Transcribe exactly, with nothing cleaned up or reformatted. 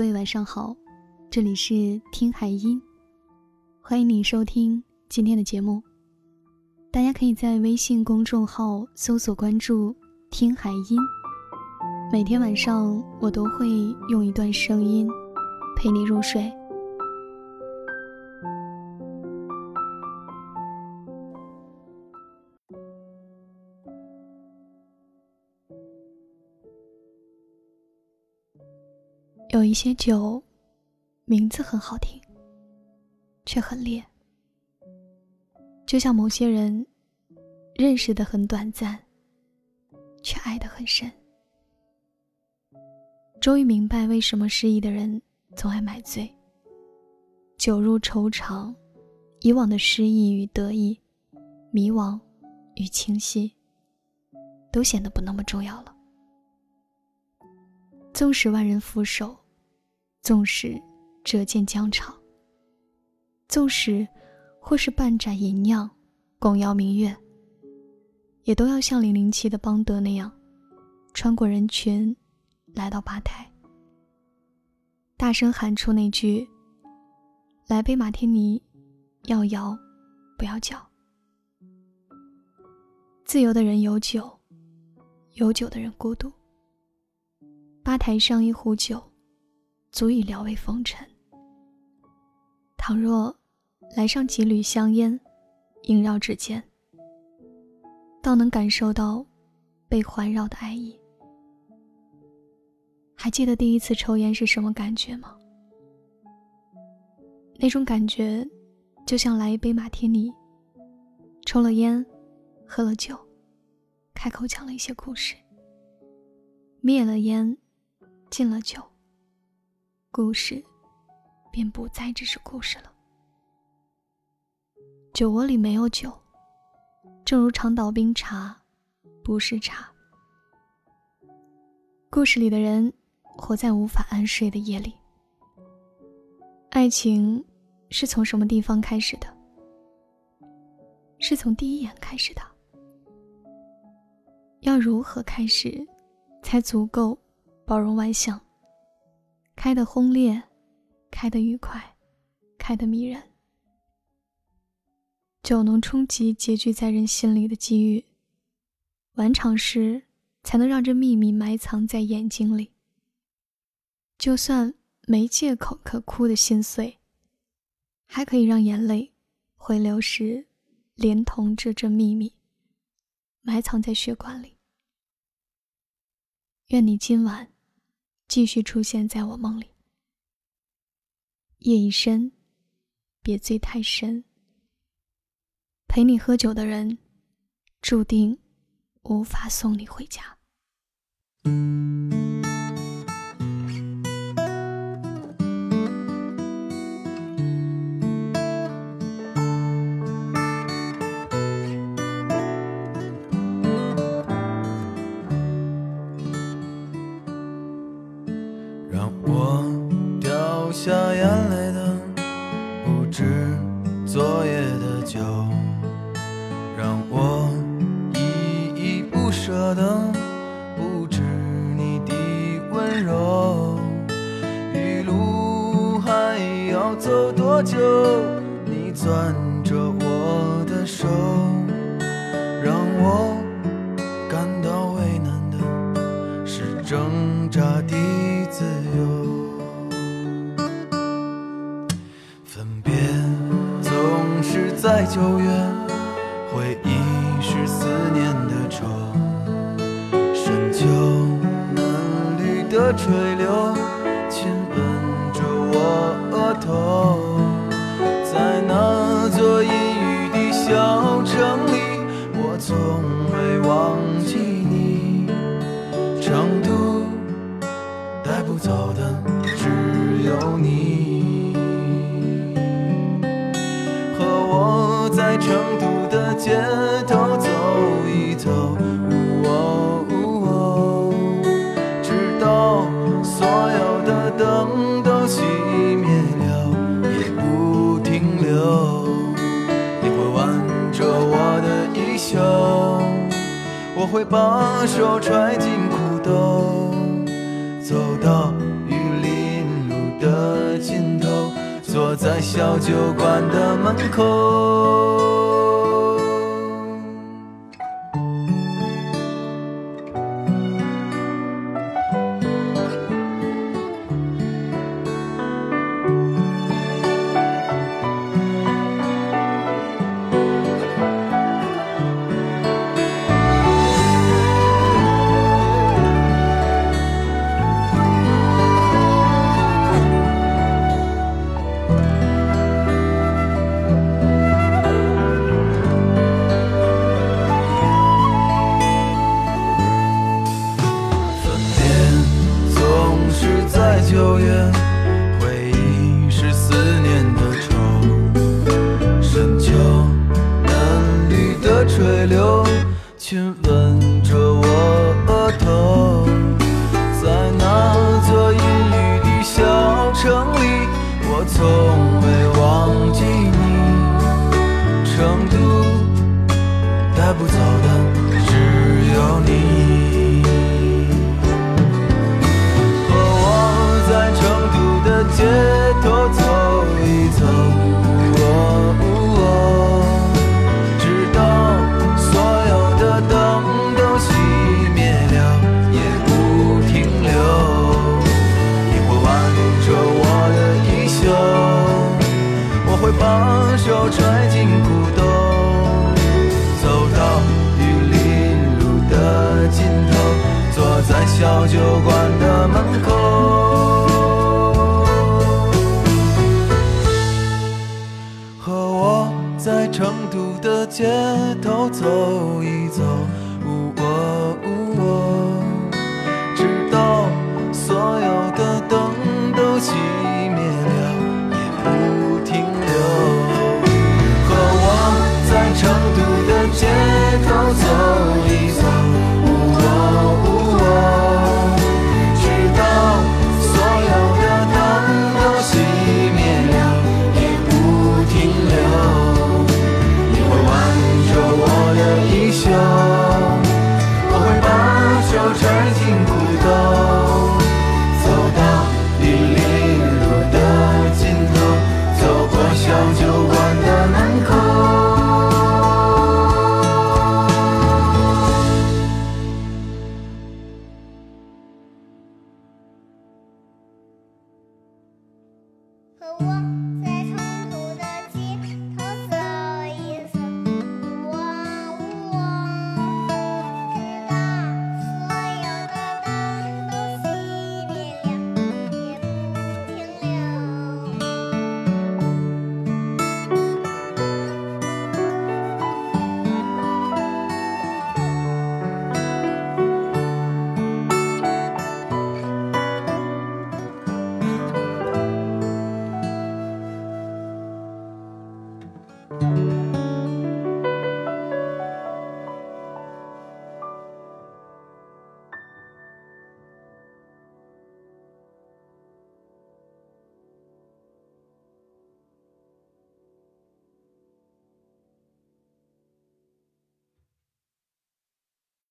位晚上好，这里是听海音，欢迎你收听今天的节目。大家可以在微信公众号搜索关注听海音，每天晚上我都会用一段声音陪你入睡。有一些酒名字很好听，却很烈，就像某些人认识的很短暂，却爱得很深。终于明白为什么失意的人总爱买醉，酒入愁肠，以往的失意与得意，迷惘与清晰，都显得不那么重要了。纵使万人俯首，纵使折剑疆场，纵使或是半盏银酿，共邀明月，也都要像零零七的邦德那样，穿过人群来到吧台，大声喊出那句：来杯马天尼，要摇不要叫。自由的人有酒，有酒的人孤独。吧台上一壶酒足以聊慰风尘，倘若来上几缕香烟萦绕指尖，倒能感受到被环绕的爱意。还记得第一次抽烟是什么感觉吗？那种感觉就像来一杯马天尼，抽了烟，喝了酒，开口讲了一些故事，灭了烟，禁了酒，故事便不再只是故事了。酒窝里没有酒，正如长岛冰茶不是茶。故事里的人活在无法安睡的夜里。爱情是从什么地方开始的？是从第一眼开始的。要如何开始才足够包容万象，开得轰烈，开得愉快，开得迷人。酒能冲击结聚在人心里的机遇，晚场时才能让这秘密埋藏在眼睛里。就算没借口可哭的心碎，还可以让眼泪回流时连同着这秘密埋藏在血管里。愿你今晚继续出现在我梦里。夜已深，别醉太深。陪你喝酒的人注定无法送你回家。 让我掉下眼泪的不止昨夜的酒，让我依依不舍的不止你的温柔。一路还要走多久？你攥着我的手，让我感到为难的是挣扎的自由。分别总是在九月，回忆是思念的愁，深秋嫩绿的垂柳亲吻着我额头。在那座阴雨的小城里，我从未忘记你，长途带不走的只有你。和我在成都的街头走一走，哦哦，直到所有的灯都熄灭了也不停留。你会挽着我的衣袖，我会把手揣进裤兜，走到玉林路的尽头，坐在小酒馆的门口。九月，回忆是思念的愁，深秋嫩绿的垂柳，亲吻着我额头。在那座阴雨的小城里，我从未忘记你。成都带不走的只有你。街头走一走，哦哦，直到所有的灯都熄灭了，也不停留。萤火挽着我的衣袖，我会把手揣进裤兜，走到玉林路的尽头，坐在小酒馆的门口。在成都的街头走一走，哦哦